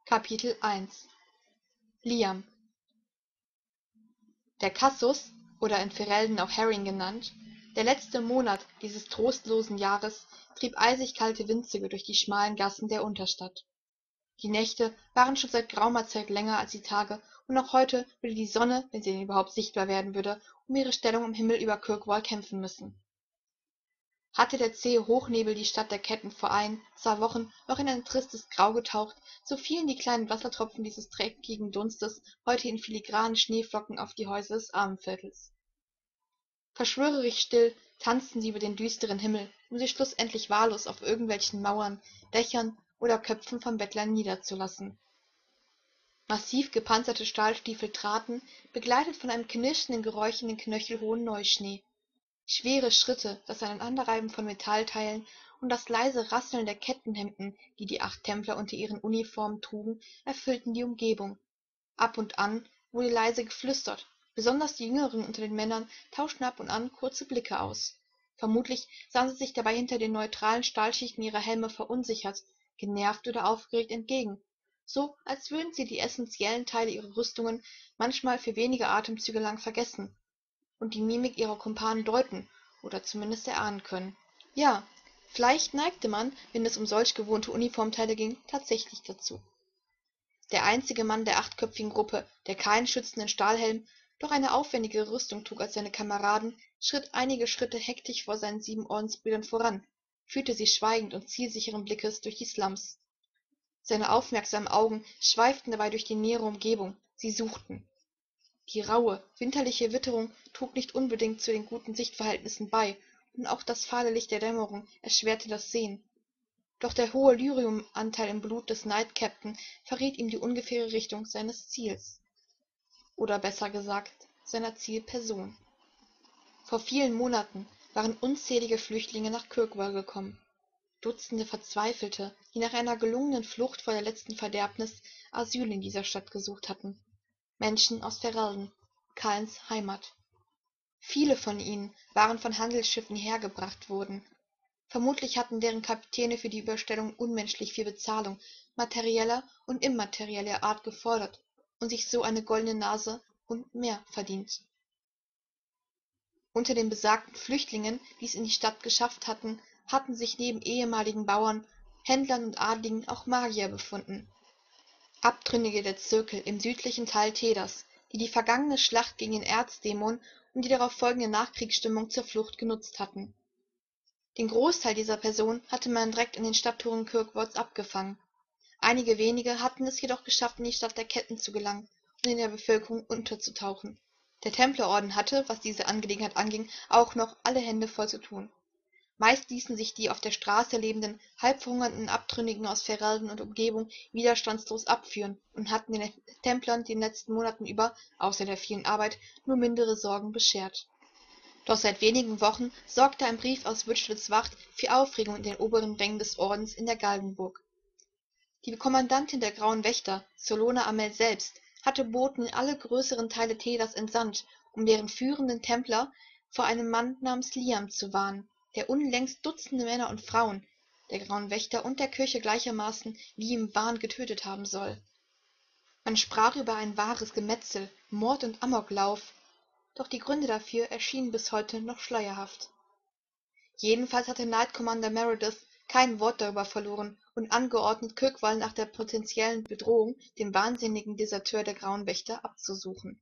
Kapitel 1 Liam. Der Cassus, oder in Ferelden auch Herring genannt, der letzte Monat dieses trostlosen Jahres trieb eisig kalte Windzüge durch die schmalen Gassen der Unterstadt. Die Nächte waren schon seit geraumer Zeit länger als die Tage, und auch heute würde die Sonne, wenn sie denn überhaupt sichtbar werden würde, um ihre Stellung im Himmel über Kirkwall kämpfen müssen. Hatte der zähe Hochnebel die Stadt der Ketten vor 2 Wochen noch in ein tristes Grau getaucht, so fielen die kleinen Wassertropfen dieses dreckigen Dunstes heute in filigranen Schneeflocken auf die Häuser des Armenviertels. Verschwörerisch still tanzten sie über den düsteren Himmel, um sich schlussendlich wahllos auf irgendwelchen Mauern, Dächern oder Köpfen von Bettlern niederzulassen. Massiv gepanzerte Stahlstiefel traten, begleitet von einem knirschenden Geräusch in den knöchelhohen Neuschnee. Schwere Schritte, das Aneinanderreiben von Metallteilen und das leise Rasseln der Kettenhemden, die die 8 Templer unter ihren Uniformen trugen, erfüllten die Umgebung. Ab und an wurde leise geflüstert, besonders die Jüngeren unter den Männern tauschten ab und an kurze Blicke aus. Vermutlich sahen sie sich dabei hinter den neutralen Stahlschichten ihrer Helme verunsichert, genervt oder aufgeregt entgegen, so als würden sie die essentiellen Teile ihrer Rüstungen manchmal für wenige Atemzüge lang vergessen und die Mimik ihrer Kumpanen deuten oder zumindest erahnen können. Ja, vielleicht neigte man, wenn es um solch gewohnte Uniformteile ging, tatsächlich dazu. Der einzige Mann der 8köpfigen Gruppe, der keinen schützenden Stahlhelm, doch eine aufwendigere Rüstung trug als seine Kameraden, schritt einige Schritte hektisch vor seinen 7 Ordensbrüdern voran, führte sie schweigend und zielsicheren Blickes durch die Slums. Seine aufmerksamen Augen schweiften dabei durch die nähere Umgebung, sie suchten. Die raue, winterliche Witterung trug nicht unbedingt zu den guten Sichtverhältnissen bei, und auch das fahle Licht der Dämmerung erschwerte das Sehen. Doch der hohe Lyriumanteil im Blut des Knight-Captain verriet ihm die ungefähre Richtung seines Ziels. Oder besser gesagt, seiner Zielperson. Vor vielen Monaten waren unzählige Flüchtlinge nach Kirkwall gekommen. Dutzende Verzweifelte, die nach einer gelungenen Flucht vor der letzten Verderbnis Asyl in dieser Stadt gesucht hatten. Menschen aus Ferelden, Kynes Heimat. Viele von ihnen waren von Handelsschiffen hergebracht worden. Vermutlich hatten deren Kapitäne für die Überstellung unmenschlich viel Bezahlung materieller und immaterieller Art gefordert und sich so eine goldene Nase und mehr verdient. Unter den besagten Flüchtlingen, die es in die Stadt geschafft hatten, hatten sich neben ehemaligen Bauern, Händlern und Adligen auch Magier befunden. Abtrünnige der Zirkel im südlichen Teil Teders, die die vergangene Schlacht gegen den Erzdämon und die darauf folgende Nachkriegsstimmung zur Flucht genutzt hatten. Den Großteil dieser Personen hatte man direkt in den Stadttoren Kirkwalls abgefangen. Einige wenige hatten es jedoch geschafft, in die Stadt der Ketten zu gelangen und in der Bevölkerung unterzutauchen. Der Templerorden hatte, was diese Angelegenheit anging, auch noch alle Hände voll zu tun. Meist ließen sich die auf der Straße lebenden, halbverhungernden Abtrünnigen aus Ferelden und Umgebung widerstandslos abführen und hatten den Templern den letzten Monaten über, außer der vielen Arbeit, nur mindere Sorgen beschert. Doch seit wenigen Wochen sorgte ein Brief aus Witchwitts Wacht für Aufregung in den oberen Rängen des Ordens in der Galgenburg. Die Kommandantin der Grauen Wächter, Solona Amell selbst, hatte Boten in alle größeren Teile Teders entsandt, um deren führenden Templer vor einem Mann namens Liam zu warnen, der unlängst Dutzende Männer und Frauen, der Grauen Wächter und der Kirche gleichermaßen, wie im Wahn getötet haben soll. Man sprach über ein wahres Gemetzel, Mord und Amoklauf, doch die Gründe dafür erschienen bis heute noch schleierhaft. Jedenfalls hatte Knight Commander Meredith kein Wort darüber verloren und angeordnet, Kirkwall nach der potenziellen Bedrohung, den wahnsinnigen Deserteur der Grauen Wächter, abzusuchen.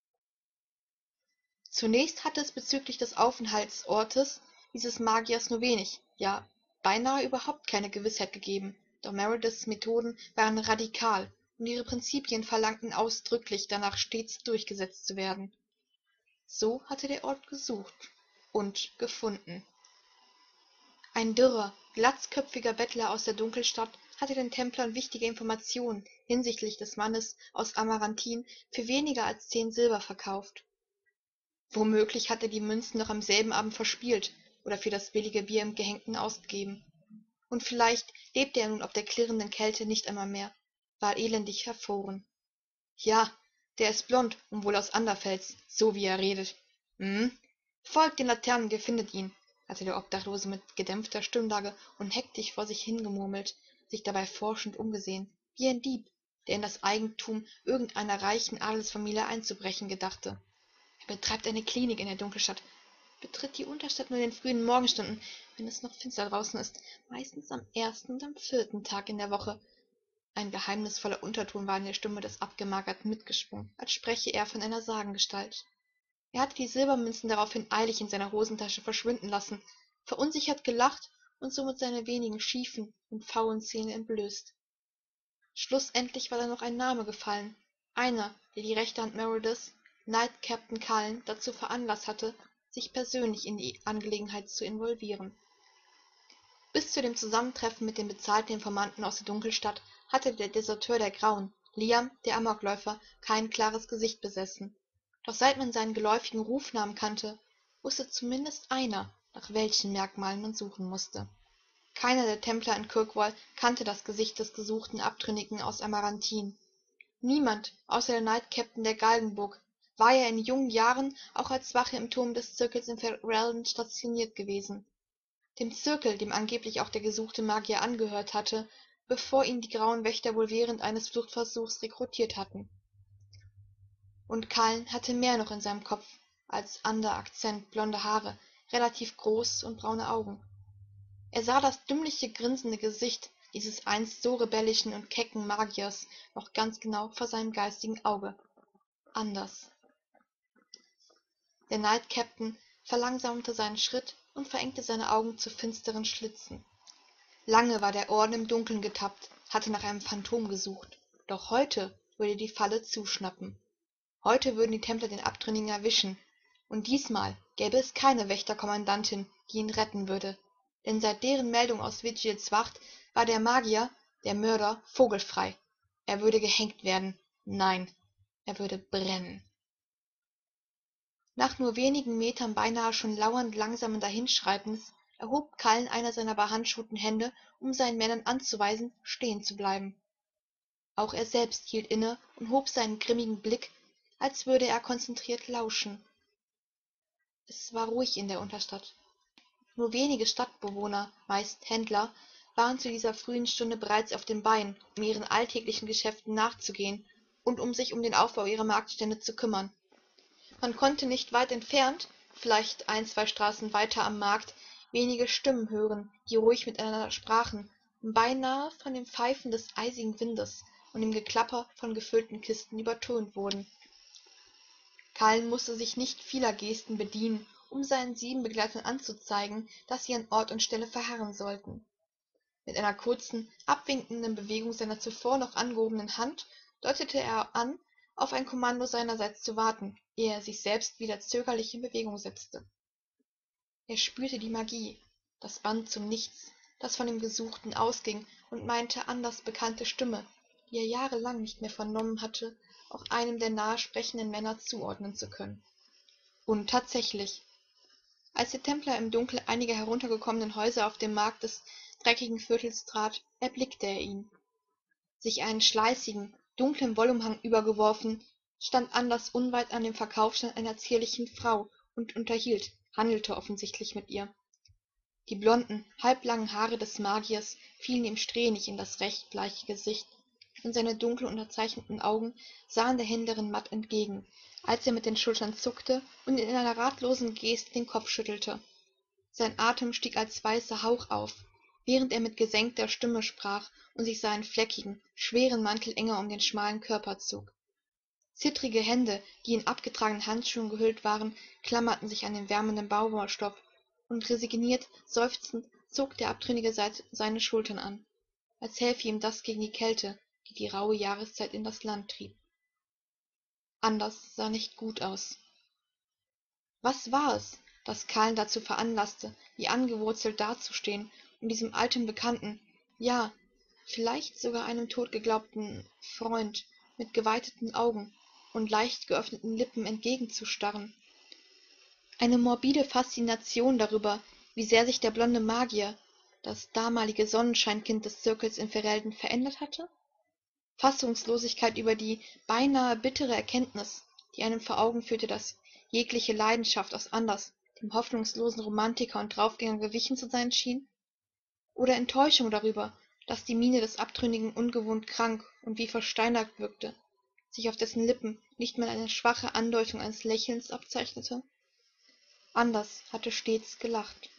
Zunächst hatte es bezüglich des Aufenthaltsortes dieses Magiers nur wenig, ja beinahe überhaupt keine Gewissheit gegeben, doch Merediths Methoden waren radikal und ihre Prinzipien verlangten ausdrücklich danach, stets durchgesetzt zu werden. So hatte der Ort gesucht und gefunden. Ein dürrer, glatzköpfiger Bettler aus der Dunkelstadt hatte den Templern wichtige Informationen hinsichtlich des Mannes aus Amarantin für weniger als 10 Silber verkauft. Womöglich hatte er die Münzen noch am selben Abend verspielt oder für das billige Bier im Gehängten ausgegeben. Und vielleicht lebte er nun ob der klirrenden Kälte nicht einmal mehr, war elendig verfroren. Ja, der ist blond und wohl aus Anderfels, so wie er redet. Folgt den Laternen, ihr findet ihn, hatte der Obdachlose mit gedämpfter Stimmlage und hektisch vor sich hingemurmelt, sich dabei forschend umgesehen, wie ein Dieb, der in das Eigentum irgendeiner reichen Adelsfamilie einzubrechen gedachte. Er betreibt eine Klinik in der Dunkelstadt, betritt die Unterstadt nur in den frühen Morgenstunden, wenn es noch finster draußen ist, meistens am ersten und am vierten Tag in der Woche. Ein geheimnisvoller Unterton war in der Stimme des Abgemagerten mitgesprungen, als spreche er von einer Sagengestalt. Er hatte die Silbermünzen daraufhin eilig in seiner Hosentasche verschwinden lassen, verunsichert gelacht und somit seine wenigen schiefen und faulen Zähne entblößt. Schlußendlich war da noch ein Name gefallen, einer, der die rechte Hand Merediths, Knight Captain Cullen, dazu veranlaßt hatte, sich persönlich in die Angelegenheit zu involvieren. Bis zu dem Zusammentreffen mit den bezahlten Informanten aus der Dunkelstadt hatte der Deserteur der Grauen, Liam, der Amokläufer, kein klares Gesicht besessen. Doch seit man seinen geläufigen Rufnamen kannte, wusste zumindest einer, nach welchen Merkmalen man suchen musste. Keiner der Templer in Kirkwall kannte das Gesicht des gesuchten Abtrünnigen aus Amarantin. Niemand, außer der Knight-Captain der Galgenburg, war ja in jungen Jahren auch als Wache im Turm des Zirkels in Ferelden stationiert gewesen. Dem Zirkel, dem angeblich auch der gesuchte Magier angehört hatte, bevor ihn die Grauen Wächter wohl während eines Fluchtversuchs rekrutiert hatten. Und Cullen hatte mehr noch in seinem Kopf als Akzent, blonde Haare, relativ groß und braune Augen. Er sah das dümmliche, grinsende Gesicht dieses einst so rebellischen und kecken Magiers noch ganz genau vor seinem geistigen Auge. Anders. Der Knight-Captain verlangsamte seinen Schritt und verengte seine Augen zu finsteren Schlitzen. Lange war der Orden im Dunkeln getappt, hatte nach einem Phantom gesucht. Doch heute würde die Falle zuschnappen. Heute würden die Templer den Abtrünnigen erwischen. Und diesmal gäbe es keine Wächterkommandantin, die ihn retten würde. Denn seit deren Meldung aus Vigils Wacht war der Magier, der Mörder, vogelfrei. Er würde gehängt werden. Nein, er würde brennen. Nach nur wenigen Metern beinahe schon lauernd langsamen Dahinschreitens erhob Cullen einer seiner behandschuhten Hände, um seinen Männern anzuweisen, stehen zu bleiben. Auch er selbst hielt inne und hob seinen grimmigen Blick, als würde er konzentriert lauschen. Es war ruhig in der Unterstadt. Nur wenige Stadtbewohner, meist Händler, waren zu dieser frühen Stunde bereits auf den Beinen, um ihren alltäglichen Geschäften nachzugehen und um sich um den Aufbau ihrer Marktstände zu kümmern. Man konnte nicht weit entfernt, vielleicht ein, zwei Straßen weiter am Markt, wenige Stimmen hören, die ruhig miteinander sprachen und beinahe von dem Pfeifen des eisigen Windes und dem Geklapper von gefüllten Kisten übertönt wurden. Cullen mußte sich nicht vieler Gesten bedienen, um seinen 7 Begleitern anzuzeigen, dass sie an Ort und Stelle verharren sollten. Mit einer kurzen, abwinkenden Bewegung seiner zuvor noch angehobenen Hand deutete er an, auf ein Kommando seinerseits zu warten, ehe er sich selbst wieder zögerlich in Bewegung setzte. Er spürte die Magie, das Band zum Nichts, das von dem Gesuchten ausging, und meinte Anders bekannte Stimme, die er jahrelang nicht mehr vernommen hatte, auch einem der nahe sprechenden Männer zuordnen zu können. Und tatsächlich, als der Templer im Dunkel einiger heruntergekommenen Häuser auf dem Markt des dreckigen Viertels trat, erblickte er ihn. Sich einen schleißigen, dunklen Wollumhang übergeworfen, stand Anders unweit an dem Verkaufsstand einer zierlichen Frau und handelte offensichtlich mit ihr. Die blonden, halblangen Haare des Magiers fielen ihm strähnig in das recht bleiche Gesicht, und seine dunkel unterzeichneten Augen sahen der Händlerin matt entgegen, als er mit den Schultern zuckte und in einer ratlosen Geste den Kopf schüttelte. Sein Atem stieg als weißer Hauch auf, während er mit gesenkter Stimme sprach und sich seinen fleckigen, schweren Mantel enger um den schmalen Körper zog. Zittrige Hände, die in abgetragenen Handschuhen gehüllt waren, klammerten sich an den wärmenden Baumwollstoff, und resigniert seufzend zog der Abtrünnige seine Schultern an, als helfe ihm das gegen die Kälte, die die rauhe Jahreszeit in das Land trieb. Anders sah nicht gut aus. Was war es, das Cullen dazu veranlaßte, wie angewurzelt dazustehen und diesem alten Bekannten, ja, vielleicht sogar einem totgeglaubten Freund, mit geweiteten Augen und leicht geöffneten Lippen entgegenzustarren? Eine morbide Faszination darüber, wie sehr sich der blonde Magier, das damalige Sonnenscheinkind des Zirkels in Ferelden, verändert hatte? Fassungslosigkeit über die beinahe bittere Erkenntnis, die einem vor Augen führte, dass jegliche Leidenschaft aus Anders, dem hoffnungslosen Romantiker und Draufgänger, gewichen zu sein schien? Oder Enttäuschung darüber, daß die miene des Abtrünnigen ungewohnt krank und wie versteinert wirkte, sich auf dessen Lippen nicht mal eine schwache Andeutung eines Lächelns abzeichnete? Anders hatte stets gelacht.